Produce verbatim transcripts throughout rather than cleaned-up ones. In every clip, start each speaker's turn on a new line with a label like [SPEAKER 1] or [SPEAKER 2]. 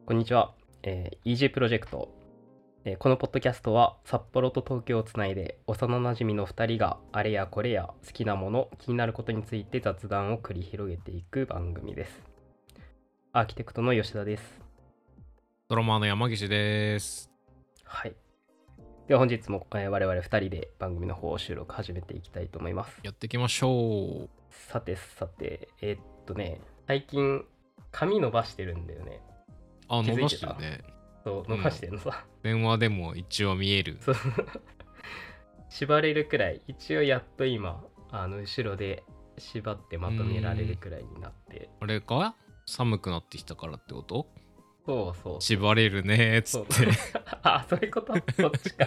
[SPEAKER 1] こんにちは、えー、イージー プロジェクト、えーこのポッドキャストは札幌と東京をつないで幼なじみのふたりがあれやこれや好きなもの気になることについて雑談を繰り広げていく番組です。アーキテクトの吉田です。
[SPEAKER 2] ドラマーの山岸です。
[SPEAKER 1] はい、では本日も、えー我々ふたりで番組の方を収録始めていきたいと思います。
[SPEAKER 2] やっていきましょう。
[SPEAKER 1] さてさてえーっとね最近髪伸ばしてるんだよね。
[SPEAKER 2] あ、伸ば
[SPEAKER 1] 気づいてた？
[SPEAKER 2] してるね。
[SPEAKER 1] そう伸ばしてるのさ、
[SPEAKER 2] 電話でも一応見える。
[SPEAKER 1] そう縛れるくらい、一応やっと今あの後ろで縛ってまとめられるくらいになって、
[SPEAKER 2] あれか寒くなってきたからってこと？
[SPEAKER 1] そうそうそう
[SPEAKER 2] 縛れるねーっつ
[SPEAKER 1] そう
[SPEAKER 2] って
[SPEAKER 1] あ、そういうこと？そっちか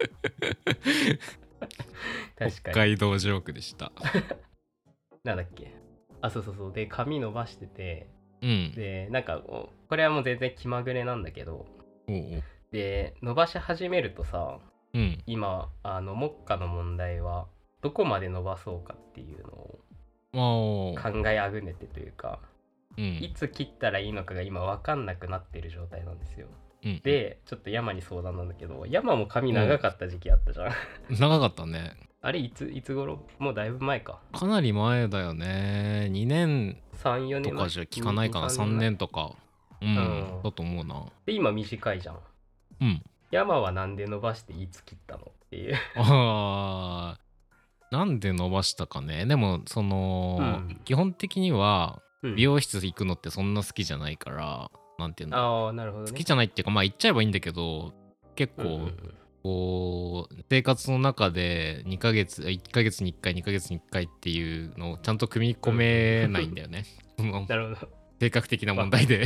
[SPEAKER 1] 確
[SPEAKER 2] 北
[SPEAKER 1] かに。
[SPEAKER 2] 海道ジョークでした。
[SPEAKER 1] なんだっけ、あ、そうそうそう、で髪伸ばしてて、
[SPEAKER 2] うん
[SPEAKER 1] でなんかこうこれはもう全然気まぐれなんだけど、
[SPEAKER 2] おうおう
[SPEAKER 1] で伸ばし始めるとさ、
[SPEAKER 2] うん
[SPEAKER 1] 今あの目下の問題はどこまで伸ばそうかっていうのを
[SPEAKER 2] おー
[SPEAKER 1] 考えあぐねてというか、
[SPEAKER 2] うん
[SPEAKER 1] いつ切ったらいいのかが今分かんなくなってる状態なんですよ。
[SPEAKER 2] うん
[SPEAKER 1] でちょっと山に相談なんだけど、山も髪長かった時期あったじゃん
[SPEAKER 2] 長かったね。
[SPEAKER 1] あれいついつ頃？もうだいぶ前か。
[SPEAKER 2] かなり前だよね。にねん
[SPEAKER 1] さん、よねんまえ
[SPEAKER 2] とかじゃ聞かないかな。
[SPEAKER 1] に
[SPEAKER 2] さんねんとか。うん、
[SPEAKER 1] うん
[SPEAKER 2] だと思うな。
[SPEAKER 1] で今短いじゃん。
[SPEAKER 2] うん
[SPEAKER 1] 山はなんで伸ばしていつ切ったのっていう
[SPEAKER 2] あーなんで伸ばしたかね。でもその、
[SPEAKER 1] うん
[SPEAKER 2] 基本的には
[SPEAKER 1] うん
[SPEAKER 2] 美容室行くのってそんな好きじゃないから、なんて言うんだろう、
[SPEAKER 1] ああなるほどね。
[SPEAKER 2] 好きじゃないっていうか、まあ行っちゃえばいいんだけど、結構、
[SPEAKER 1] うんうんうん
[SPEAKER 2] こう生活の中でにかげついっかげつにいっかいにかげつにいっかいっていうのをちゃんと組み込めないんだよねその
[SPEAKER 1] なるほど
[SPEAKER 2] 性格的な問題で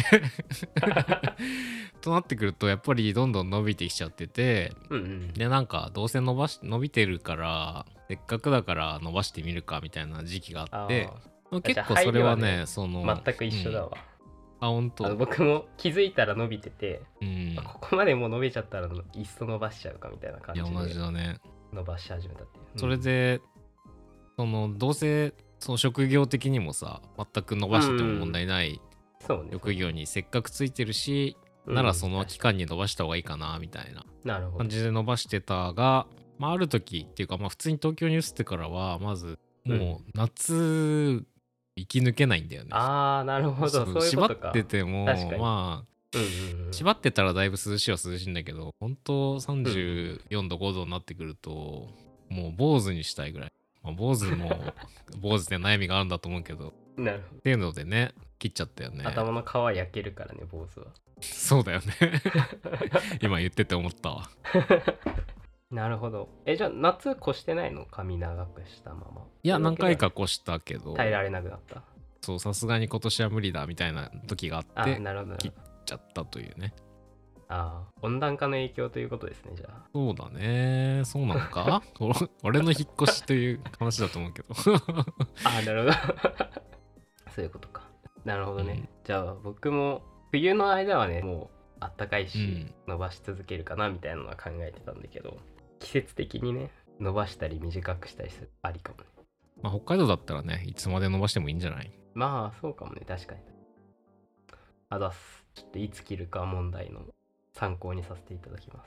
[SPEAKER 2] となってくるとやっぱりどんどん伸びてきちゃってて、
[SPEAKER 1] うんうん
[SPEAKER 2] でなんかどうせ伸ばし伸びてるからせっかくだから伸ばしてみるかみたいな時期があって
[SPEAKER 1] あ
[SPEAKER 2] 結構それはね
[SPEAKER 1] 入りはね
[SPEAKER 2] その
[SPEAKER 1] 全く一緒だわ、
[SPEAKER 2] うんあ本
[SPEAKER 1] あの
[SPEAKER 2] 当
[SPEAKER 1] 僕も気づいたら伸びてて、
[SPEAKER 2] うん
[SPEAKER 1] あここまでもう伸びちゃったらいっそ伸ばしちゃうかみたいな感じで
[SPEAKER 2] いや同じだね。
[SPEAKER 1] 伸ばし始めたっていう、うん
[SPEAKER 2] それでそのどうせその職業的にもさ全く伸ばしてても問題ない
[SPEAKER 1] そうね
[SPEAKER 2] 職業にせっかくついてるし、
[SPEAKER 1] うん
[SPEAKER 2] ならその期間に伸ばした方がいいかなみたいな
[SPEAKER 1] なるほど
[SPEAKER 2] 感じで伸ばしてたが、まあ、ある時っていうか、まあ、普通に東京に移ってからはまずもう夏生き抜けないんだよね。
[SPEAKER 1] ああなるほど、そういう
[SPEAKER 2] 縛っ
[SPEAKER 1] ことか。
[SPEAKER 2] てても
[SPEAKER 1] 確かに
[SPEAKER 2] まあ
[SPEAKER 1] うんうんうん
[SPEAKER 2] 縛ってたらだいぶ涼しいは涼しいんだけど、本当さんじゅうよんどごどになってくるともう坊主にしたいぐらい、まあ、坊主も坊主って悩みがあるんだと思うけどっ
[SPEAKER 1] なるほど。
[SPEAKER 2] ていうのでね切っちゃったよね。
[SPEAKER 1] 頭の皮焼けるからね坊主は
[SPEAKER 2] そうだよね今言ってて思ったわ。
[SPEAKER 1] なるほど。えじゃあ夏越してないの？髪長くしたまま。
[SPEAKER 2] いや何回
[SPEAKER 1] か
[SPEAKER 2] か越したけど、
[SPEAKER 1] 耐えられなくなった。
[SPEAKER 2] そうさすがに今年は無理だみたいな時があ
[SPEAKER 1] あ
[SPEAKER 2] って
[SPEAKER 1] なるほどなる
[SPEAKER 2] 切っ
[SPEAKER 1] ほど。
[SPEAKER 2] ちゃったというね。
[SPEAKER 1] ああ温暖化の影響ということですねじゃあ。
[SPEAKER 2] そうだね、そうなのかお俺の引っ越しという話だと思うけど
[SPEAKER 1] あなるほどそういうことか。なるほどね、
[SPEAKER 2] うん、
[SPEAKER 1] じゃあ僕も冬の間はねもうあったかいし、
[SPEAKER 2] うん
[SPEAKER 1] 伸ばし続けるかなみたいなのは考えてたんだけど、季節的にね伸ばしたり短くしたりするありかもね。
[SPEAKER 2] まあ、北海道だったらねいつまで伸ばしてもいいんじゃない？
[SPEAKER 1] まあそうかもね、確かに。あざっす。ちょっといつ切るか問題の参考にさせていただきます。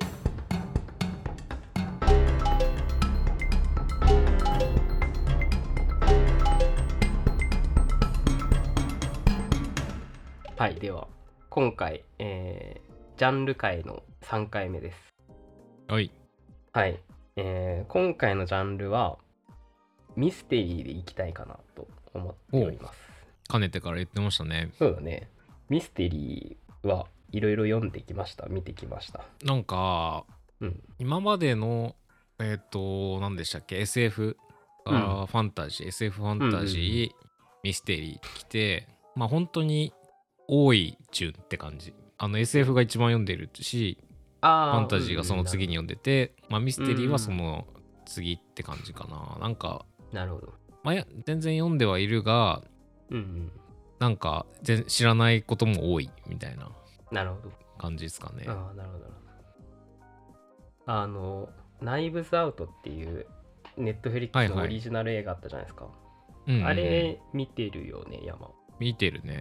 [SPEAKER 1] はい、では今回、えー、ジャンル界のさんかいめです。
[SPEAKER 2] はい
[SPEAKER 1] はい、えー、今回のジャンルはミステリーでいきたいかなと思っております。
[SPEAKER 2] かねてから言ってましたね。
[SPEAKER 1] そうだね。ミステリーはいろいろ読んできました。見てきました。
[SPEAKER 2] なんか、
[SPEAKER 1] うん、
[SPEAKER 2] 今までのえっ、と何でしたっけ エスエフ、
[SPEAKER 1] うん
[SPEAKER 2] あファンタジー エスエフ ファンタジー、
[SPEAKER 1] うんうんうん、
[SPEAKER 2] ミステリー来て、まあ本当に多い順って感じ。あの エスエフ が一番読んでるし
[SPEAKER 1] あ
[SPEAKER 2] ファンタジーがその次に読んでて、まあミステリーはそ
[SPEAKER 1] うん
[SPEAKER 2] の次って感じかな。なんか、
[SPEAKER 1] なるほど。
[SPEAKER 2] まあ、や全然読んではいるが、
[SPEAKER 1] うんうん。
[SPEAKER 2] なんか全知らないことも多いみたいな
[SPEAKER 1] なるほど。
[SPEAKER 2] 感じですかね。
[SPEAKER 1] ああ、なるほど。あの、ナイブズアウトっていうネットフリックスのオリジナル映画あったじゃないですか。
[SPEAKER 2] うんうんうん、
[SPEAKER 1] あれ見てるよね、山。
[SPEAKER 2] 見てるね。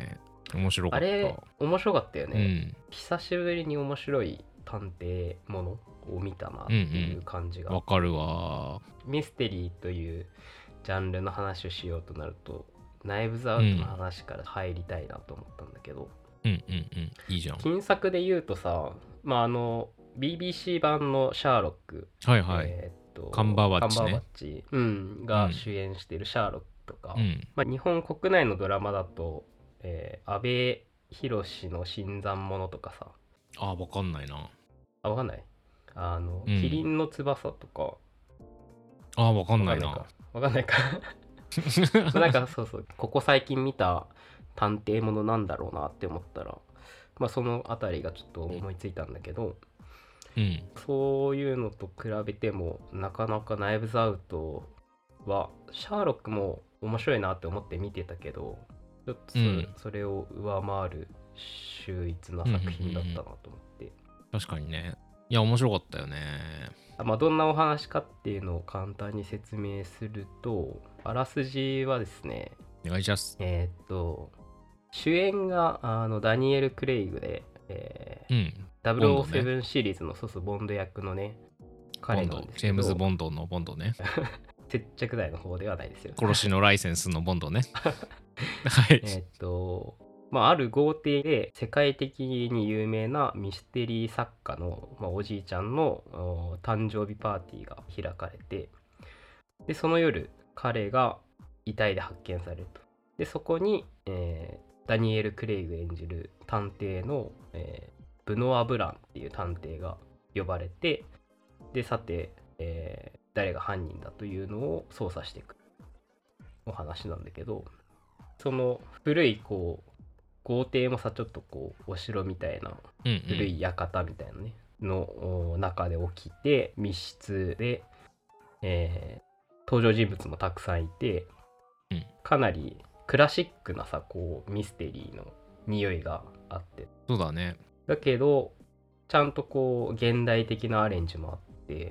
[SPEAKER 2] 面白かった。
[SPEAKER 1] あれ面白かったよ
[SPEAKER 2] う
[SPEAKER 1] ね、
[SPEAKER 2] ん。
[SPEAKER 1] 久しぶりに面白い探偵ものを見たなっていう感じが、
[SPEAKER 2] わかるわ。
[SPEAKER 1] ミステリーというジャンルの話をしようとなるとナイブズアウトの話から入りたいなと思ったんだけど、
[SPEAKER 2] うんうんうんいいじゃん。
[SPEAKER 1] 金作で言うとさ、まああの ビービーシー 版のシャーロック、
[SPEAKER 2] はいはい。
[SPEAKER 1] えーっと
[SPEAKER 2] カンバーバッチね
[SPEAKER 1] カンバーバッチ、うん、が主演しているシャーロックとか、
[SPEAKER 2] うん。
[SPEAKER 1] まあ、日本国内のドラマだと、えー、安部寛の新参者とかさ、
[SPEAKER 2] あ、わかんないな。
[SPEAKER 1] あ、わかんない、あの、
[SPEAKER 2] うん
[SPEAKER 1] キリンの翼とか、
[SPEAKER 2] あ、わかん
[SPEAKER 1] わ
[SPEAKER 2] ないな。
[SPEAKER 1] わかんないかなんかそうそう、ここ最近見た探偵ものなんだろうなって思ったら、まあそのあたりがちょっと思いついたんだけど、
[SPEAKER 2] うん。
[SPEAKER 1] そういうのと比べてもなかなかナイブズアウトはシャーロックも面白いなって思って見てたけど、ちょっと そ,、
[SPEAKER 2] うん、
[SPEAKER 1] それを上回る秀逸な作品だったなと思って、
[SPEAKER 2] 確かにね。いや、面白かったよね。
[SPEAKER 1] あまあ、どんなお話かっていうのを簡単に説明すると、あらすじはですね、
[SPEAKER 2] お願いします。
[SPEAKER 1] えーっと主演があのダニエル・クレイグで、えー
[SPEAKER 2] うん。
[SPEAKER 1] ダブルオーセブン
[SPEAKER 2] ね、
[SPEAKER 1] シリーズのそうそうボンド役のね
[SPEAKER 2] ボンド、
[SPEAKER 1] 彼なんですけど、
[SPEAKER 2] ジェームズ・ボンドのボンドね。
[SPEAKER 1] 接着剤の方ではないですよ。
[SPEAKER 2] 殺しのライセンスのボンドね。はい。
[SPEAKER 1] えーっとまあある豪邸で世界的に有名なミステリー作家の、まあ、おじいちゃんのお誕生日パーティーが開かれて、でその夜彼が遺体で発見されると。でそこに、えーダニエル・クレイグ演じる探偵の、えーブノア・ブランっていう探偵が呼ばれて、でさて、えー誰が犯人だというのを捜査していくお話なんだけど、その古いこう豪邸もさ、ちょっとこうお城みたいな
[SPEAKER 2] うんうん。
[SPEAKER 1] 古い館みたいなねのお中で起きて、密室で、えー登場人物もたくさんいて、
[SPEAKER 2] うん
[SPEAKER 1] かなりクラシックなさこうミステリーの匂いがあって、
[SPEAKER 2] そうだね。
[SPEAKER 1] だけどちゃんとこう現代的なアレンジもあって、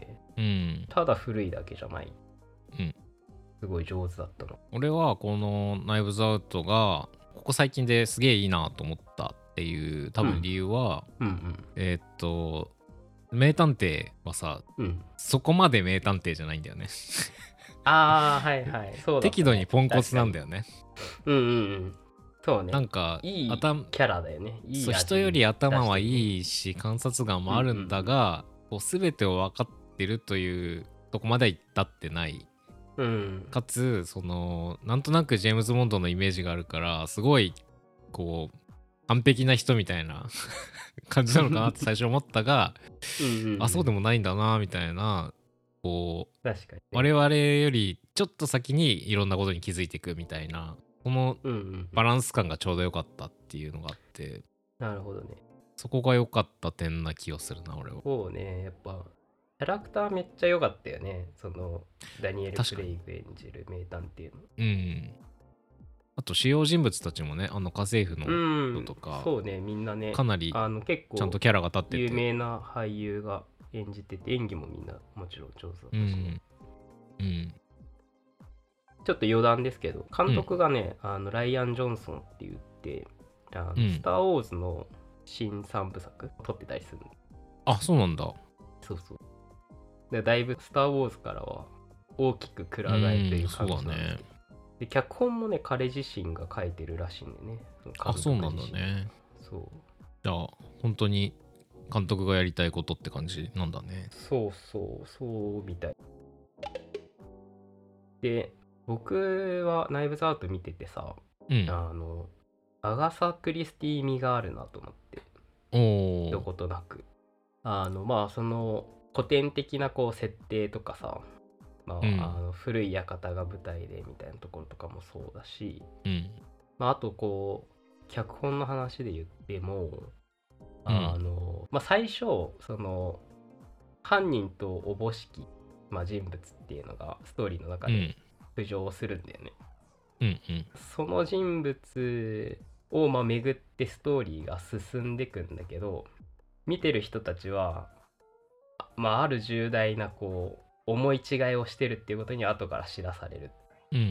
[SPEAKER 2] うん。
[SPEAKER 1] ただ古いだけじゃない、
[SPEAKER 2] うん
[SPEAKER 1] すごい上手だったの。
[SPEAKER 2] 俺はこのナイブズアウトがここ最近ですげえいいなと思ったっていう多分理由は、
[SPEAKER 1] うんうん
[SPEAKER 2] えーっと名探偵はさ、
[SPEAKER 1] うん
[SPEAKER 2] そこまで名探偵じゃないんだよね。
[SPEAKER 1] ああはいはいそうだったね、
[SPEAKER 2] 適度にポンコツなんだよね。
[SPEAKER 1] うんうんうんそうね、
[SPEAKER 2] なんか
[SPEAKER 1] いい
[SPEAKER 2] 頭
[SPEAKER 1] キャラだよね。いい
[SPEAKER 2] そう
[SPEAKER 1] 味
[SPEAKER 2] 人より頭は
[SPEAKER 1] 出してるね。
[SPEAKER 2] いいし観察眼もあるんだが、こう全てを分かってるというとこまでは至ってない。
[SPEAKER 1] うん
[SPEAKER 2] かつそのなんとなくジェームズ・ボンドのイメージがあるからすごいこう完璧な人みたいな感じなのかなって最初思ったが
[SPEAKER 1] うんうん、
[SPEAKER 2] あそうでもないんだなみたいな、こう
[SPEAKER 1] 確かにね、
[SPEAKER 2] 我々よりちょっと先にいろんなことに気づいていくみたいな、この
[SPEAKER 1] うんうん
[SPEAKER 2] バランス感がちょうど良かったっていうのがあって、
[SPEAKER 1] なるほどね。
[SPEAKER 2] そこが良かった点な気がするな俺は。
[SPEAKER 1] そうね、やっぱキャラクターめっちゃ良かったよね。そのダニエル・クレイグ演じる名探偵の。
[SPEAKER 2] うん。あと主要人物たちもね、あの家政婦
[SPEAKER 1] うん、
[SPEAKER 2] の人とか、
[SPEAKER 1] そうね、みんなね、
[SPEAKER 2] かなり
[SPEAKER 1] あの結構
[SPEAKER 2] ちゃんとキャラが立ってて、
[SPEAKER 1] 有名な俳優が演じてて、演技もみんなもちろん上手だったし、ね
[SPEAKER 2] うん、うん、
[SPEAKER 1] ちょっと余談ですけど、監督がね、うん、あのライアン・ジョンソンって言って、あの、うん、スター・ウォーズの新三部作撮ってたりするの。
[SPEAKER 2] あ、そうなんだ。
[SPEAKER 1] そうそう。でだいぶスター・ウォーズからは大きくくら替えという感じなんですけど、うんね、で脚本もね彼自身が書いてるらしいんでね。
[SPEAKER 2] あ、そうなんだね。
[SPEAKER 1] そう
[SPEAKER 2] じゃあ本当に監督がやりたいことって感じなんだね。
[SPEAKER 1] そうそうそうみたいで、僕はナイブズアウト見ててさ、
[SPEAKER 2] うん、
[SPEAKER 1] あのアガサ・クリスティ味があるなと思って、
[SPEAKER 2] お
[SPEAKER 1] どことなくあのまあその古典的なこう設定とかさ、まあ、うん、あの古い館が舞台でみたいなところとかもそうだし、
[SPEAKER 2] うん
[SPEAKER 1] まあ、あとこう脚本の話で言っても、あの、うん、まあ、最初その犯人とおぼしき、まあ、人物っていうのがストーリーの中で浮上するんだよね。
[SPEAKER 2] うんうん、
[SPEAKER 1] その人物をまあ巡ってストーリーが進んでいくんだけど、見てる人たちはまあ、ある重大なこう思い違いをしてるっていうことに後から知らされる、
[SPEAKER 2] うん、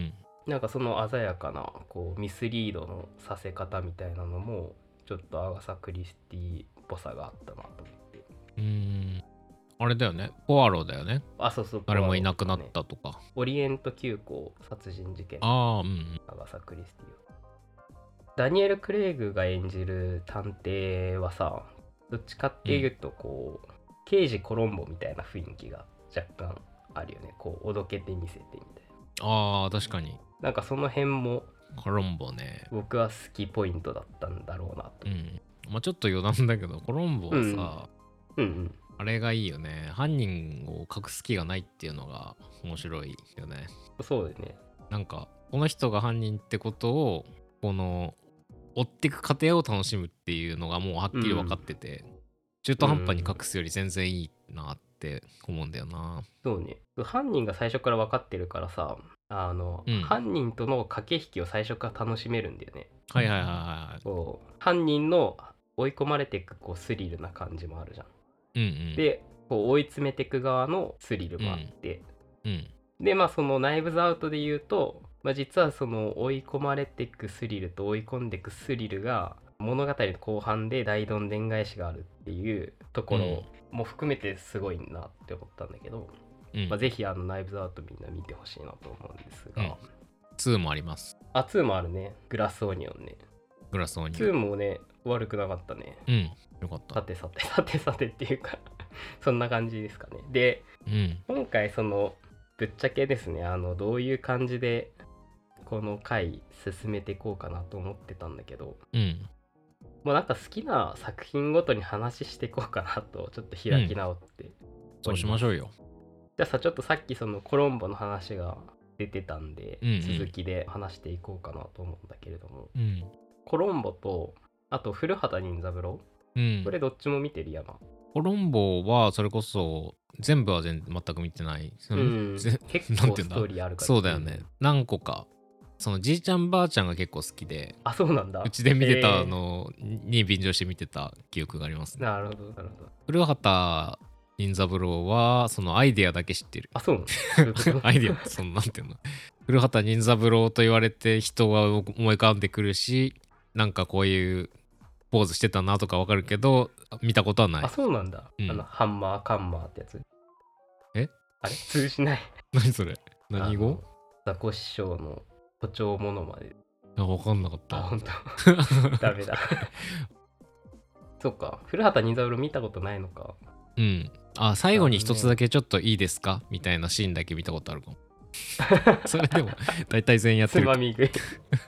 [SPEAKER 1] なんかその鮮やかなこうミスリードのさせ方みたいなのもちょっとアガサ・クリスティっぽさがあったなと思って。
[SPEAKER 2] うーん。あれだよね。ポアロだよね。
[SPEAKER 1] あ、そうそう、
[SPEAKER 2] 誰もいなくなっ
[SPEAKER 1] ポアロとかね、
[SPEAKER 2] たとか。
[SPEAKER 1] オリエント急行殺人事件、
[SPEAKER 2] ああ、うんうん。
[SPEAKER 1] アガサ・クリスティを。ダニエル・クレイグが演じる探偵はさ、どっちかっていうとこう、刑事コロンボみたいな雰囲気が若干あるよね。こうおどけて見せてみたいな。
[SPEAKER 2] ああ、確かに。
[SPEAKER 1] なんかその辺も
[SPEAKER 2] コロンボね。
[SPEAKER 1] 僕は好きポイントだったんだろうなと。
[SPEAKER 2] うん。まあちょっと余談だけど、コロンボはさ、
[SPEAKER 1] うんうん
[SPEAKER 2] あれがいいよね。犯人を隠す気がないっていうのが面白いよね。
[SPEAKER 1] そうだよね。
[SPEAKER 2] なんか、この人が犯人ってことを、この、追っていく過程を楽しむっていうのがもうはっきり分かってて、うん、中途半端に隠すより全然いいなって思うんだよな。
[SPEAKER 1] そうね。犯人が最初から分かってるからさ、あの、うん、犯人との駆け引きを最初から楽しめるんだよね。
[SPEAKER 2] はいはいはいはい。
[SPEAKER 1] こう犯人の追い込まれていくこうスリルな感じもあるじゃん。
[SPEAKER 2] うんうん、
[SPEAKER 1] でこう追い詰めていく側のスリルもあって、
[SPEAKER 2] うんうん、
[SPEAKER 1] でまあそのナイブズアウトで言うと、まあ、実はその追い込まれていくスリルと追い込んでいくスリルが物語の後半で大どんでん返しがあるっていうところも含めてすごいなって思ったんだけど、うんまあ、ぜひあのナイブズアウトみんな見てほしいなと思うんですが、うん、
[SPEAKER 2] ツーもあります。
[SPEAKER 1] あ、ツーもあるね。グラスオニオンね。
[SPEAKER 2] グラスオニオン。
[SPEAKER 1] ツーもね悪くなかったね。
[SPEAKER 2] うん、よかった。
[SPEAKER 1] さてさてさてさてっていうかそんな感じですかね。で、うん、今回そのぶっちゃけですね、あのどういう感じでこの回進めていこうかなと思ってたんだけど、うん、もうなんか好きな作品ごとに話していこうかなとちょっと開き直って、うん、
[SPEAKER 2] そうしましょうよ。
[SPEAKER 1] じゃあさ、ちょっとさっきそのコロンボの話が出てたんで、うんうん、続きで話していこうかなと思うんだけれども、うん、コロンボとあと古畑任三郎、うん、これどっちも見てる？山
[SPEAKER 2] コロンボはそれこそ全部は全全く見てない、
[SPEAKER 1] うん、結構ストーリーあるから。
[SPEAKER 2] そうだよね、何個かそのじいちゃんばあちゃんが結構好きで、
[SPEAKER 1] あ、そうなんだ。
[SPEAKER 2] うちで見てたのに便乗して見てた記憶がありますね。
[SPEAKER 1] なるほどなるほど。
[SPEAKER 2] 古畑任三郎はそのアイデアだけ知ってる。
[SPEAKER 1] あ、そうなの
[SPEAKER 2] アイデアってそのなんていうの、古畑任三郎と言われて人が思い浮かんでくるし、なんかこういうポーズしてたなとかわかるけど見たことはない。
[SPEAKER 1] あ、そうなんだ、うん、あのハンマーカンマーってやつ。
[SPEAKER 2] え
[SPEAKER 1] あれ通じない。
[SPEAKER 2] 何それ、何語？
[SPEAKER 1] ザコ師匠の誇張ものまで。
[SPEAKER 2] あ、わかんなかった。
[SPEAKER 1] あ、ほんとダメだそっか、古畑任三郎見たことないのか。
[SPEAKER 2] うん。あ、最後に一つだけちょっといいですかみたいなシーンだけ見たことあるかもそれでも大体全員やってる。
[SPEAKER 1] つまみ食い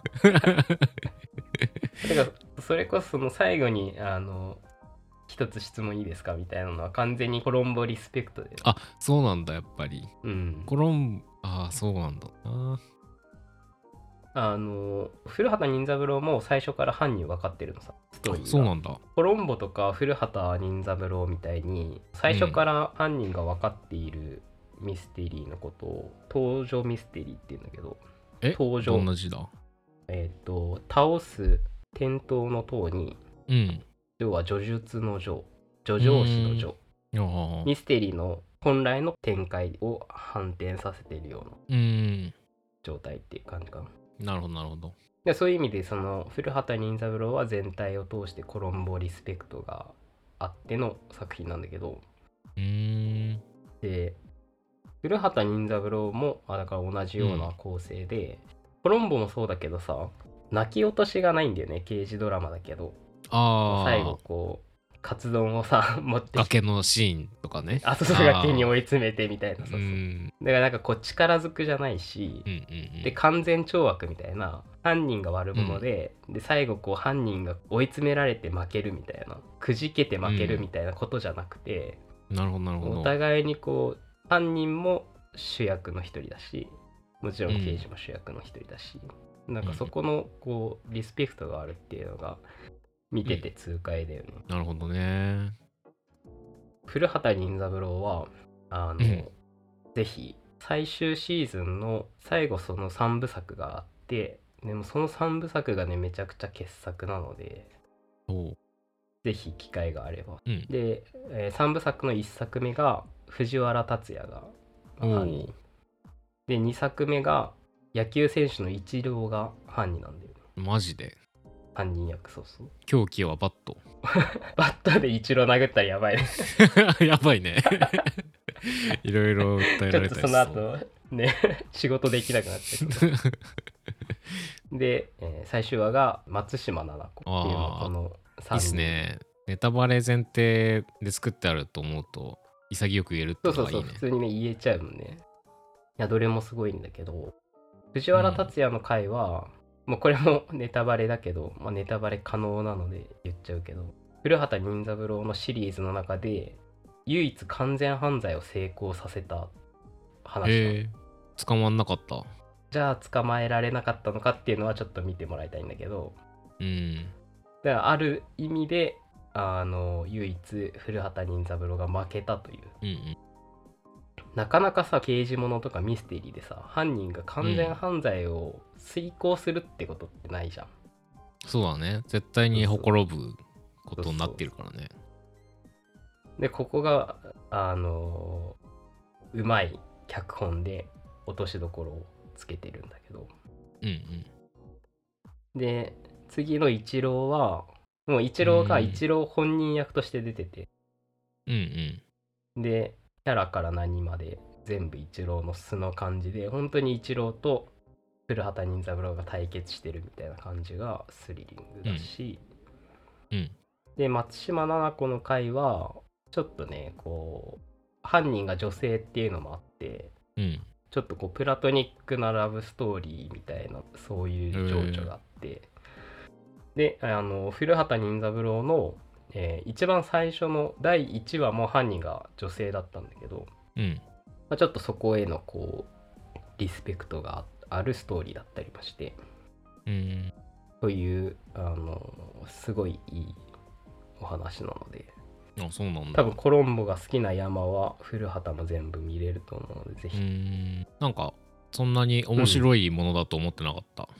[SPEAKER 1] てかそれこそその最後にあの一つ質問いいですかみたいなのは完全にコロンボリスペクトで。
[SPEAKER 2] あ、そうなんだやっぱり。
[SPEAKER 1] うん。
[SPEAKER 2] コロンあ、そうなんだな。
[SPEAKER 1] あの古畑任三郎も最初から犯人分かってるのさ、ストーリーが。
[SPEAKER 2] そうなんだ。
[SPEAKER 1] コロンボとか古畑任三郎みたいに最初から犯人が分かっているミステリーのことを登場ミステリーっていうんだけど、
[SPEAKER 2] え
[SPEAKER 1] 登場
[SPEAKER 2] どんな字だ？
[SPEAKER 1] えっ、ー、と倒す転倒の塔に、
[SPEAKER 2] うん、
[SPEAKER 1] 要は叙述の叙、叙情詩の叙、ミステリーの本来の展開を反転させているような状態っていう感じかな。
[SPEAKER 2] なるほどなるほど。
[SPEAKER 1] でそういう意味でその古畑任三郎は全体を通してコロンボリスペクトがあっての作品なんだけど、
[SPEAKER 2] うーん
[SPEAKER 1] で古畑任三郎もあだから同じような構成で、うん、コロンボもそうだけどさ、泣き落としがないんだよね、刑事ドラマだけど。
[SPEAKER 2] あ
[SPEAKER 1] 最後こうカツ丼をさ持って
[SPEAKER 2] 崖のシーンとかね、
[SPEAKER 1] あ、そうそう、崖に追い詰めてみたいな、そうそう、だからなんかこう力ずくじゃないし、うんうんうん、で完全懲悪みたいな、犯人が悪者で、うん、で最後こう犯人が追い詰められて負けるみたいな、くじけて負けるみたいなことじゃなくて、
[SPEAKER 2] うん、なるほどなるほど、
[SPEAKER 1] お互いにこう犯人も主役の一人だし、もちろん刑事も主役の一人だし、うん、なんかそこのこうリスペクトがあるっていうのが見てて痛快だよね、
[SPEAKER 2] うん、なるほどね。
[SPEAKER 1] 古畑任三郎はあの、うん、ぜひ最終シーズンの最後そのさんぶさくがあって、でもそのさんぶさくがねめちゃくちゃ傑作なので、ぜひ機会があれば、うん、で、えー、さんぶさくのいっさくめが藤原竜也が犯人で、にさくめが野球選手のイチローが犯人なんだよね。
[SPEAKER 2] マジで。
[SPEAKER 1] 犯人役、そうそう。
[SPEAKER 2] 凶器はバット。
[SPEAKER 1] バッターでイチロー殴ったらやばいね。
[SPEAKER 2] やばいね。いろいろ訴え
[SPEAKER 1] ちょっとそ
[SPEAKER 2] られたり
[SPEAKER 1] の後ね仕事できなくなっちゃう。で、えー最終話が松島菜々子っていうの
[SPEAKER 2] あー
[SPEAKER 1] この
[SPEAKER 2] いい
[SPEAKER 1] さんにん。
[SPEAKER 2] っすね。ネタバレ前提で作ってあると思うと潔く言えるって
[SPEAKER 1] そうそうそう、
[SPEAKER 2] いうのがいいね。
[SPEAKER 1] 普通にね言えちゃうもんね。いやどれもすごいんだけど、藤原竜也の回は、もうこれもネタバレだけど、まあ、ネタバレ可能なので言っちゃうけど、古畑任三郎のシリーズの中で唯一完全犯罪を成功させた話なの。
[SPEAKER 2] へえ、捕まんなかった。
[SPEAKER 1] じゃあ捕まえられなかったのかっていうのはちょっと見てもらいたいんだけど、
[SPEAKER 2] うん。
[SPEAKER 1] だからある意味であの唯一古畑任三郎が負けたという。
[SPEAKER 2] うんうん。
[SPEAKER 1] なかなかさ刑事物とかミステリーでさ犯人が完全犯罪を遂行するってことってないじゃん。
[SPEAKER 2] そうだね。絶対にほころぶことになってるからね。
[SPEAKER 1] でここがあのうまい脚本で落としどころをつけてるんだけど、
[SPEAKER 2] うんうん。
[SPEAKER 1] で次の一郎はもう一郎が一郎本人役として出てて、
[SPEAKER 2] うんうん。
[SPEAKER 1] でキャラから何まで全部一郎の素の感じで、本当に一郎と古畑任三郎が対決してるみたいな感じがスリリングだし、
[SPEAKER 2] うんうん
[SPEAKER 1] で松島菜々子の回はちょっとねこう犯人が女性っていうのもあって、
[SPEAKER 2] うん
[SPEAKER 1] ちょっとこうプラトニックなラブストーリーみたいなそういう情緒があって、であの古畑任三郎の、えー一番最初のだいいちわも犯人が女性だったんだけど、
[SPEAKER 2] うん
[SPEAKER 1] まあ、ちょっとそこへのこうリスペクトがあるストーリーだったりまして、
[SPEAKER 2] うん
[SPEAKER 1] というあのすごいいいお話なので、
[SPEAKER 2] あ、そうなんだ。
[SPEAKER 1] 多分コロンボが好きな山は古畑も全部見れると思うのでぜ
[SPEAKER 2] う
[SPEAKER 1] ひ。
[SPEAKER 2] ん。なんかそんなに面白いものだと思ってなかった。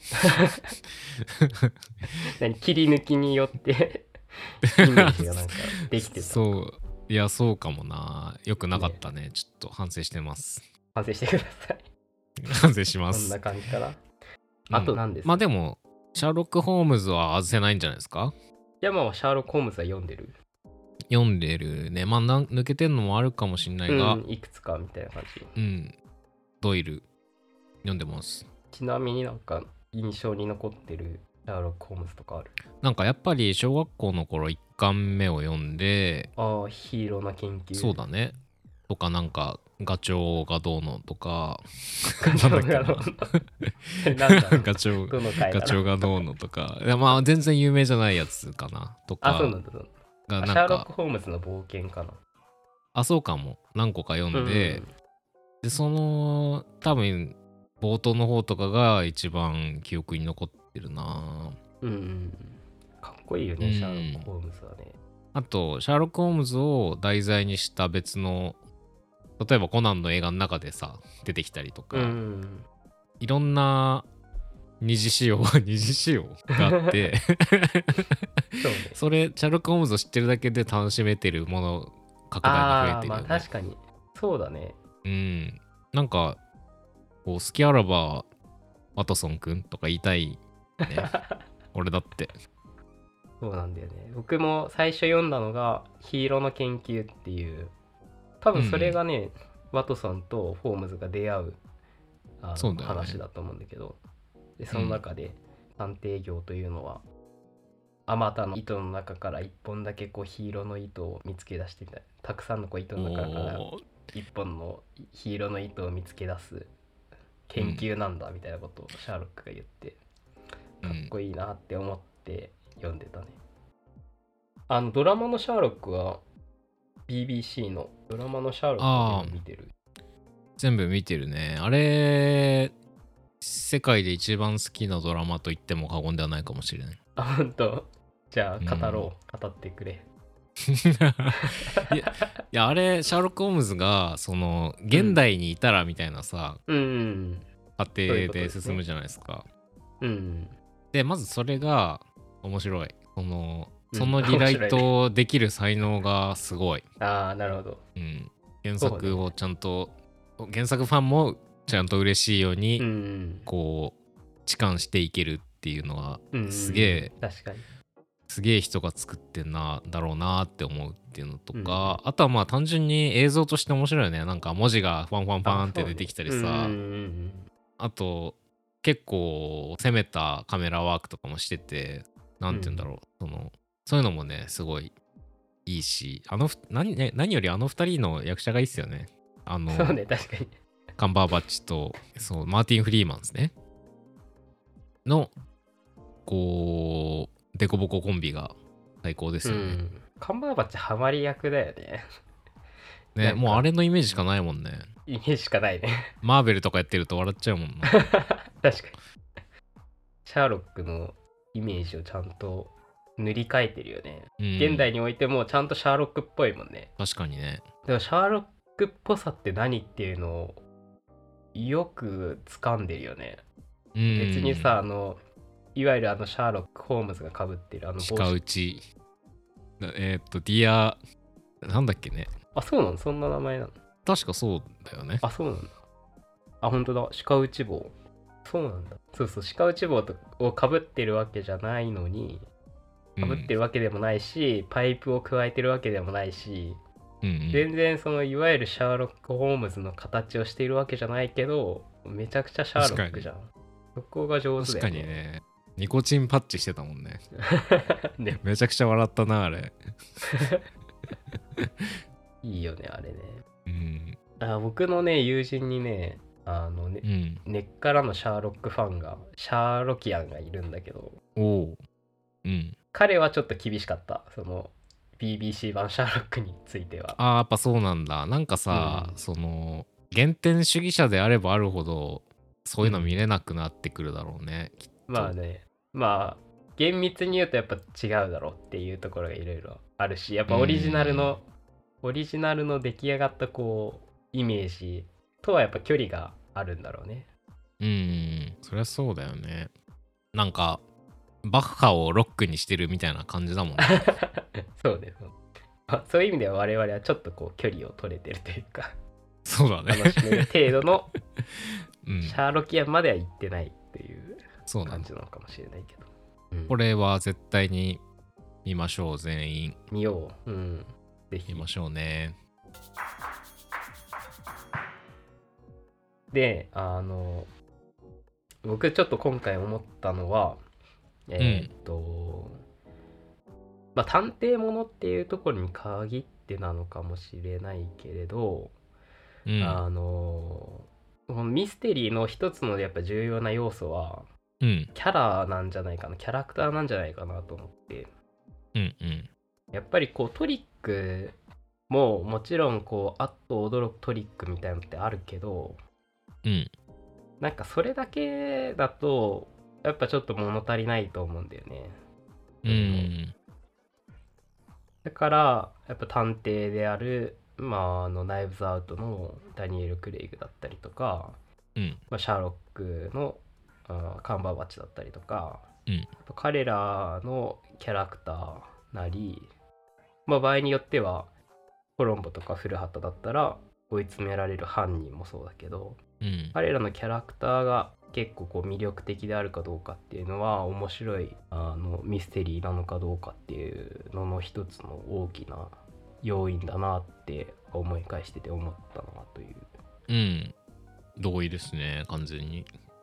[SPEAKER 1] 何切り抜きによってイメージがなんかできてた。
[SPEAKER 2] そういやそうかもな。よくなかったね。ねちょっと反省してます。
[SPEAKER 1] 反省してください。
[SPEAKER 2] 反省します。
[SPEAKER 1] こんな感じかな。
[SPEAKER 2] うん
[SPEAKER 1] あと何ですか。
[SPEAKER 2] まあでもシャーロック・ホームズは外せないんじゃないですか。
[SPEAKER 1] 山はシャーロック・ホームズは読んでる。
[SPEAKER 2] 読んでるね。まあなん抜けてんのもあるかもしれないが、
[SPEAKER 1] うん、いくつかみたいな感じ。
[SPEAKER 2] うん、ドイル読んでます。
[SPEAKER 1] ちなみになんか印象に残ってるシャーロック・ホームズとかある？
[SPEAKER 2] なんかやっぱり小学校の頃いっかんめを読んで、
[SPEAKER 1] ああ、ヒーローな研究。
[SPEAKER 2] そうだね。とかなんかガチョウがどうのとか、
[SPEAKER 1] ガチョウがどうのなんだろう
[SPEAKER 2] ガチョウ
[SPEAKER 1] どの回だ
[SPEAKER 2] ガチョウがどうのとか、いやまあ全然有名じゃないやつかなと
[SPEAKER 1] あ、そうな
[SPEAKER 2] か
[SPEAKER 1] んだ。そうなんだ
[SPEAKER 2] が
[SPEAKER 1] あシャーロック・
[SPEAKER 2] なんか、
[SPEAKER 1] ホームズの冒険かな。
[SPEAKER 2] あ、そうかも何個か読んで、でその多分冒頭の方とかが一番記憶に残ってるな。
[SPEAKER 1] うん、うんうん、かっこいいよね、
[SPEAKER 2] うん
[SPEAKER 1] シャーロック・ホームズはね。
[SPEAKER 2] あとシャーロック・ホームズを題材にした別の、例えばコナンの映画の中でさ出てきたりとか、
[SPEAKER 1] うん
[SPEAKER 2] いろんな二次仕様二次仕様があって
[SPEAKER 1] そうね。
[SPEAKER 2] それシャーロック・ホームズを知ってるだけで楽しめてるもの拡大が増え
[SPEAKER 1] ああ、まあ
[SPEAKER 2] てるよね。
[SPEAKER 1] 確かに。そうだね。
[SPEAKER 2] うん。なんかこう好きあらばワトソンくんとか言いたいね。俺だって。
[SPEAKER 1] そうなんだよね。僕も最初読んだのがヒーローの研究っていう、多分それがね、ワトソンとホームズが出会うあの
[SPEAKER 2] そうだよね
[SPEAKER 1] 話だと思うんだけど、でその中で探偵業というのは、あまたの糸の中から一本だけこうヒーローの糸を見つけ出してみたい。たくさんのこう糸の中から
[SPEAKER 2] おー
[SPEAKER 1] 一本のヒーローの糸を見つけ出す研究なんだみたいなことをシャーロックが言って、かっこいいなって思って読んでたね。あのドラマのシャーロックは ビービーシー のドラマのシャーロック
[SPEAKER 2] あー
[SPEAKER 1] っていうの見てる？
[SPEAKER 2] 全部見てるね。あれ世界で一番好きなドラマと言っても過言ではないかもしれない。
[SPEAKER 1] あ、ほんと？じゃあ語ろう、語ってくれ。
[SPEAKER 2] いや、いやあれシャーロック・ホームズがその現代にいたらみたいなさ、
[SPEAKER 1] うん、
[SPEAKER 2] 過程
[SPEAKER 1] そういうことですね
[SPEAKER 2] で進むじゃないですか。
[SPEAKER 1] うん、
[SPEAKER 2] でまずそれが面白い。その
[SPEAKER 1] うん
[SPEAKER 2] そのリライトできる才能がすごい。
[SPEAKER 1] ああ、なるほど。
[SPEAKER 2] うん、原作をちゃんと、原作ファンもちゃんと嬉しいように、
[SPEAKER 1] うん、
[SPEAKER 2] こう痴漢していけるっていうのは
[SPEAKER 1] うん、
[SPEAKER 2] すげえ、
[SPEAKER 1] 確かに。
[SPEAKER 2] すげえ人が作ってんなだろうなって思うっていうのと
[SPEAKER 1] うん、
[SPEAKER 2] か、あとはまあ単純に映像として面白いよね。なんか文字がファンファンファ
[SPEAKER 1] あ、
[SPEAKER 2] ンって
[SPEAKER 1] そうね。
[SPEAKER 2] 出てきたり
[SPEAKER 1] うん、う
[SPEAKER 2] さ、
[SPEAKER 1] ん、
[SPEAKER 2] あと結構攻めたカメラワークとかもしてて、な
[SPEAKER 1] うん、
[SPEAKER 2] んて言うんだろう、そのそういうのもねすごいいいし、あのふ何、ね、何よりあの二人の役者がいいっすよね。あの
[SPEAKER 1] そうね、確かに。
[SPEAKER 2] カンバーバッチとそうマーティン・フリーマンですねのこうデコボココンビが最高ですよね。
[SPEAKER 1] うん。カンバーバッチハマり役だよね。な
[SPEAKER 2] ね、
[SPEAKER 1] んか、
[SPEAKER 2] もうあれのイメージしかないもんね。
[SPEAKER 1] イメージしかないね。
[SPEAKER 2] マーベルとかやってると笑っちゃうもんな。
[SPEAKER 1] 確かに。シャーロックのイメージをちゃんと塗り替えてるよね。
[SPEAKER 2] うん、
[SPEAKER 1] 現代においてもちゃんとシャーロックっぽいもんね。
[SPEAKER 2] 確かにね。
[SPEAKER 1] でもシャーロックっぽさって何っていうのをよく掴んでるよね。
[SPEAKER 2] うん、
[SPEAKER 1] 別にさ、あの、いわゆるあのシャーロック・ホームズが被ってるあの帽
[SPEAKER 2] 鹿
[SPEAKER 1] 子。
[SPEAKER 2] 打ち。えー、っと、ディア、なんだっけね。
[SPEAKER 1] あ、そうなの？そんな名前なの？
[SPEAKER 2] 確かそうだよね。
[SPEAKER 1] あ、そうなんだ。あ、本当だ。鹿打ち帽。そうなんだ。そうそう、鹿打ち帽をかぶってるわけじゃないのに、かぶってるわけでもないし、パイプを加えてるわけでもないし、
[SPEAKER 2] うんうん、
[SPEAKER 1] 全然そのいわゆるシャーロック・ホームズの形をしているわけじゃないけど、めちゃくちゃシャーロックじゃん。そこが上手だよね。
[SPEAKER 2] 確かにね。ニコチンパッチしてたもんね。
[SPEAKER 1] ね。
[SPEAKER 2] めちゃくちゃ笑ったな、あれ。
[SPEAKER 1] いいよね、あれね。
[SPEAKER 2] うん。
[SPEAKER 1] あ、僕のね、友人にね、あのね、
[SPEAKER 2] うん、
[SPEAKER 1] 根っからのシャーロックファンが、シャーロキアンがいるんだけど、
[SPEAKER 2] おお。うん。
[SPEAKER 1] 彼はちょっと厳しかった。その ビービーシー 版シャーロックについては。
[SPEAKER 2] ああ、やっぱそうなんだ。なんかさ、
[SPEAKER 1] うん、
[SPEAKER 2] その、原点主義者であればあるほど、そういうの見れなくなってくるだろうね、きっと。
[SPEAKER 1] まあね、まあ、厳密に言うとやっぱ違うだろうっていうところがいろいろあるし、やっぱオリジナルの、オリジナルの出来上がったこう、イメージとはやっぱ距離があるんだろうね。
[SPEAKER 2] うん、そりゃそうだよね。なんか、バッハをロックにしてるみたいな感じだもんね。
[SPEAKER 1] そうです。まあそういう意味では我々はちょっとこう距離を取れてるというか、
[SPEAKER 2] そうだね。
[SPEAKER 1] 楽しめる程度の
[SPEAKER 2] うん、
[SPEAKER 1] シャーロキアンまでは行ってないっていう
[SPEAKER 2] そうなんだ。
[SPEAKER 1] 感じなのかもしれないけど。うん、
[SPEAKER 2] これは絶対に見ましょう、全員。
[SPEAKER 1] 見よう。うん。ぜひ
[SPEAKER 2] 見。ましょうね。
[SPEAKER 1] で、あの、僕ちょっと今回思ったのは、えーっと、まあ、探偵ものっていうところに限ってなのかもしれないけれど、
[SPEAKER 2] うん。
[SPEAKER 1] あの、このミステリーの一つのやっぱ重要な要素は、
[SPEAKER 2] うん。
[SPEAKER 1] キャラなんじゃないかな、キャラクターなんじゃないかなと思って、
[SPEAKER 2] うんうん。
[SPEAKER 1] やっぱりこうトリックももちろんこうあっと驚くトリックみたいなのってあるけど、
[SPEAKER 2] うん。
[SPEAKER 1] なんかそれだけだとやっぱちょっと物足りないと思うんだよね。
[SPEAKER 2] うん。
[SPEAKER 1] だからやっぱ探偵である、まあ、あのナイブズアウトのダニエル・クレイグだったりとか、
[SPEAKER 2] うん。
[SPEAKER 1] まあ、シャーロックのあカンバーバッチだったりとか、
[SPEAKER 2] うん。
[SPEAKER 1] やっぱ彼らのキャラクターなり、まあ、場合によってはコロンボとか古畑だったら追い詰められる犯人もそうだけど、
[SPEAKER 2] うん。
[SPEAKER 1] 彼らのキャラクターが結構こう魅力的であるかどうかっていうのは面白いあのミステリーなのかどうかっていうのの一つの大きな要因だなって思い返してて思ったなという。
[SPEAKER 2] うん。同意ですね、完全に。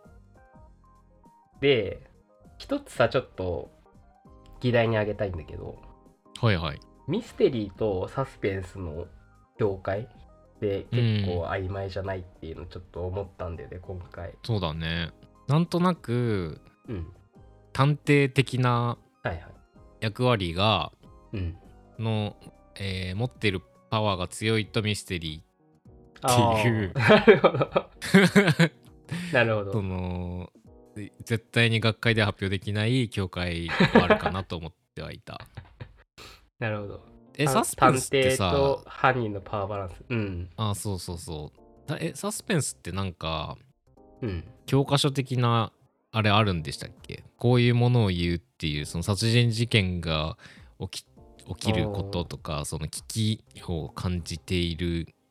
[SPEAKER 1] で、一つさちょっと議題に挙げたいんだけど、
[SPEAKER 2] はいはい。
[SPEAKER 1] ミステリーとサスペンスの境界で結構曖昧じゃないっていうのちょっと思ったんだよね、今回。
[SPEAKER 2] そうだね。なんとなく、
[SPEAKER 1] うん。
[SPEAKER 2] 探偵的な
[SPEAKER 1] はいはい。
[SPEAKER 2] 役割が、
[SPEAKER 1] うん。
[SPEAKER 2] の、えー持ってるパワーが強いとミステリ
[SPEAKER 1] あ
[SPEAKER 2] っていう
[SPEAKER 1] あ、なるほど。
[SPEAKER 2] ー。
[SPEAKER 1] なるほど。
[SPEAKER 2] その、絶対に学会では発表できない境界はあるかなと思ってはいた。
[SPEAKER 1] なるほど。
[SPEAKER 2] え、
[SPEAKER 1] 探
[SPEAKER 2] サスペンスって
[SPEAKER 1] 探偵
[SPEAKER 2] さ、
[SPEAKER 1] と犯人のパワーバランス。うん。
[SPEAKER 2] あ、そうそうそうだ。え、サスペンスってなんか、
[SPEAKER 1] うん。
[SPEAKER 2] 教科書的なあれあるんでしたっけ？こういうものを言うっていう、その殺人事件が起き起きることとか、その危機を感じている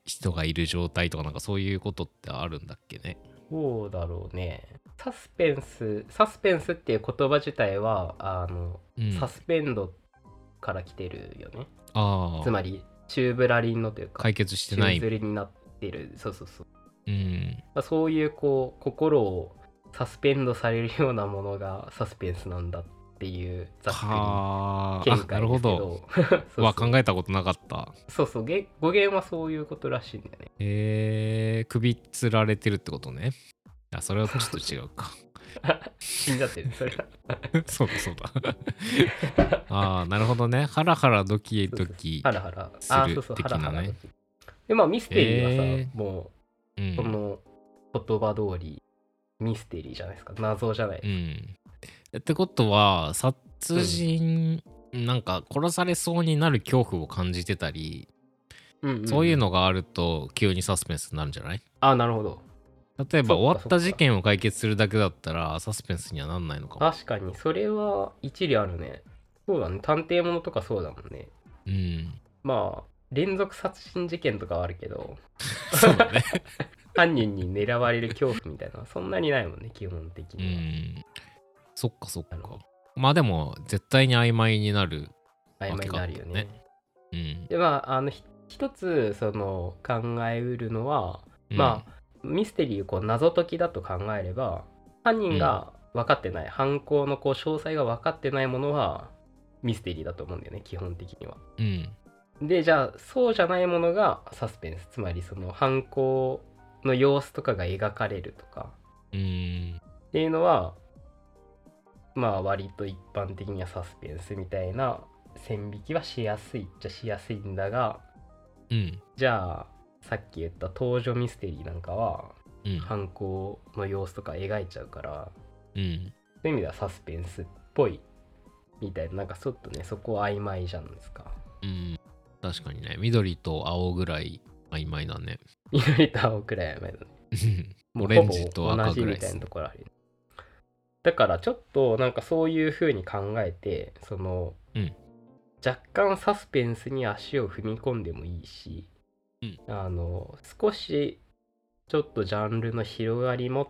[SPEAKER 2] 人がいる状態とかなんかそういうことってあるんだっけね。
[SPEAKER 1] どうだろうね。サスペンス、サスペンスっていう言葉自体は、あの、
[SPEAKER 2] うん、
[SPEAKER 1] サスペンドから来てるよね。
[SPEAKER 2] ああ、
[SPEAKER 1] つまり、宙ぶらりんのというか、
[SPEAKER 2] 解決して
[SPEAKER 1] 宙
[SPEAKER 2] ない。
[SPEAKER 1] づりになってる。そうそうそう。
[SPEAKER 2] うん、
[SPEAKER 1] まあそういう、こう、心をサスペンドされるようなものがサスペンスなんだっていう、ざっく
[SPEAKER 2] はあ、
[SPEAKER 1] り見
[SPEAKER 2] あ、なる
[SPEAKER 1] 解ですけ
[SPEAKER 2] ほど。
[SPEAKER 1] ど、そう
[SPEAKER 2] は
[SPEAKER 1] そう
[SPEAKER 2] 考えたことなかった。
[SPEAKER 1] そうそう、げ語源はそういうことらしいんだよね。
[SPEAKER 2] えー、首つられてるってことね。あ、それはちょっと違うか。
[SPEAKER 1] 死んじゃってる、それは。
[SPEAKER 2] そうだそうだ。ああ、なるほどね。ハラハラドキ
[SPEAKER 1] そうそう
[SPEAKER 2] ドキ
[SPEAKER 1] ハラハラ。
[SPEAKER 2] す
[SPEAKER 1] あ、そう
[SPEAKER 2] る
[SPEAKER 1] そう、ハラ
[SPEAKER 2] 的なね。
[SPEAKER 1] ハラドキ。で、まあ、ミステリーはさ、
[SPEAKER 2] え
[SPEAKER 1] も
[SPEAKER 2] ー、う
[SPEAKER 1] う、そ
[SPEAKER 2] ん。
[SPEAKER 1] の言葉通り、ミステリーじゃないですか。謎じゃないですか。
[SPEAKER 2] うん。ってことは、殺
[SPEAKER 1] うん。
[SPEAKER 2] 人、なんか殺されそうになる恐怖を感じてたり、
[SPEAKER 1] うんうん、うん。
[SPEAKER 2] そういうのがあると急にサスペンスになるんじゃない？
[SPEAKER 1] あ、なるほど。
[SPEAKER 2] 例えば
[SPEAKER 1] そっか
[SPEAKER 2] 終わった事
[SPEAKER 1] そっか。
[SPEAKER 2] 件を解決するだけだったらサスペンスにはなんないのかも。
[SPEAKER 1] 確かに、それは一理あるね。そうだね。探偵ものとかそうだもんね。
[SPEAKER 2] うん。
[SPEAKER 1] まあ、連続殺人事件とかはあるけど、
[SPEAKER 2] そうだね。
[SPEAKER 1] 犯人に狙われる恐怖みたいなのはそんなにないもんね、基本的
[SPEAKER 2] う
[SPEAKER 1] には。
[SPEAKER 2] ん。そっかそっか。
[SPEAKER 1] なるほど。
[SPEAKER 2] まあでも絶対に曖昧になる
[SPEAKER 1] 曖昧に
[SPEAKER 2] わけがあ
[SPEAKER 1] なるよね。
[SPEAKER 2] ったよね。うん。
[SPEAKER 1] で、まあ、あの、ひ一つ、その、考えうるのは、
[SPEAKER 2] うん、
[SPEAKER 1] まあ、ミステリーをこう謎解きだと考えれば、犯人が分かってない、犯行のこう詳細が分かってないものはミステリーだと思うんだよね、基本的には。
[SPEAKER 2] うん。
[SPEAKER 1] で、じゃあ、そうじゃないものがサスペンス、つまりその犯行の様子とかが描かれるとか
[SPEAKER 2] うん。
[SPEAKER 1] っていうのは、まあ、割と一般的にはサスペンスみたいな線引きはしやすいっちゃしやすいんだが、
[SPEAKER 2] うん。
[SPEAKER 1] じゃあ、さっき言った登場ミステリーなんかは、
[SPEAKER 2] うん。
[SPEAKER 1] 犯行の様子とか描いちゃうから、
[SPEAKER 2] うん。
[SPEAKER 1] そういう意味ではサスペンスっぽいみたいな、なんかちょっとね、そこ曖昧じゃないですか。
[SPEAKER 2] うん。確かにね、緑と青ぐらい曖昧だね。
[SPEAKER 1] 緑と青くらい曖昧だね。も
[SPEAKER 2] オ
[SPEAKER 1] う
[SPEAKER 2] レンジと
[SPEAKER 1] ほぼ同
[SPEAKER 2] 赤
[SPEAKER 1] じみたい
[SPEAKER 2] ぐらいですね。
[SPEAKER 1] なところある。だからちょっとなんかそういう風に考えて、その、
[SPEAKER 2] うん。
[SPEAKER 1] 若干サスペンスに足を踏み込んでもいいし、
[SPEAKER 2] うん。
[SPEAKER 1] あの、少しちょっとジャンルの広がり持って、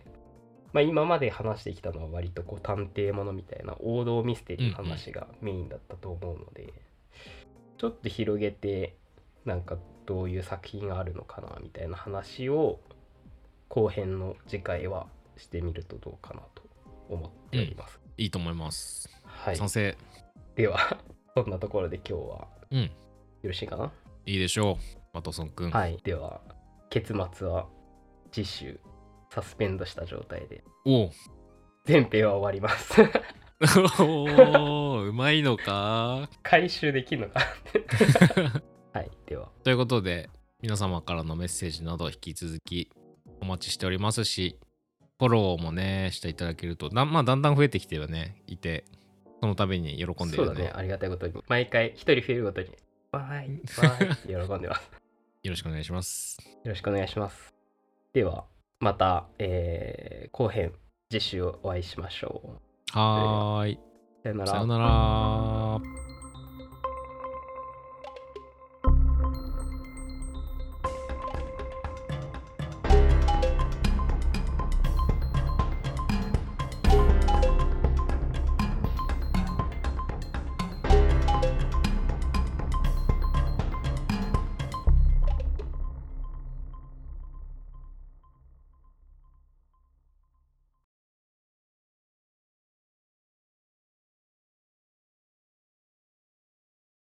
[SPEAKER 1] まあ、今まで話してきたのは割とこう探偵ものみたいな王道ミステリーの話がメインだったと思うので、ちょっと広げてなんかどういう作品があるのかなみたいな話を後編の次回はしてみるとどうかなと思っております。
[SPEAKER 2] いいと思います。
[SPEAKER 1] はい。
[SPEAKER 2] 賛成。
[SPEAKER 1] ではそんなところで今日は
[SPEAKER 2] うん。
[SPEAKER 1] よろしいかな？
[SPEAKER 2] いいでしょう、マトソンくん。
[SPEAKER 1] はい。では結末は次週サスペンドした状態で
[SPEAKER 2] おう。
[SPEAKER 1] 前編は終わります
[SPEAKER 2] おー、うまいのか
[SPEAKER 1] 回収できるのかはい。では。
[SPEAKER 2] ということで、皆様からのメッセージなど引き続きお待ちしておりますし、フォローもね、していただけると、だ,、まあ、だんだん増えてきてはね、いて、その度に喜んでるよね。
[SPEAKER 1] そうだね。ありがたいことに。毎回一人増えるごとに、わーい、わーいって喜んでます。
[SPEAKER 2] よろしくお願いします。
[SPEAKER 1] よろしくお願いします。では、また、えー後編、次週お会いしましょう。
[SPEAKER 2] はーい。
[SPEAKER 1] さよなら。
[SPEAKER 2] さよなら。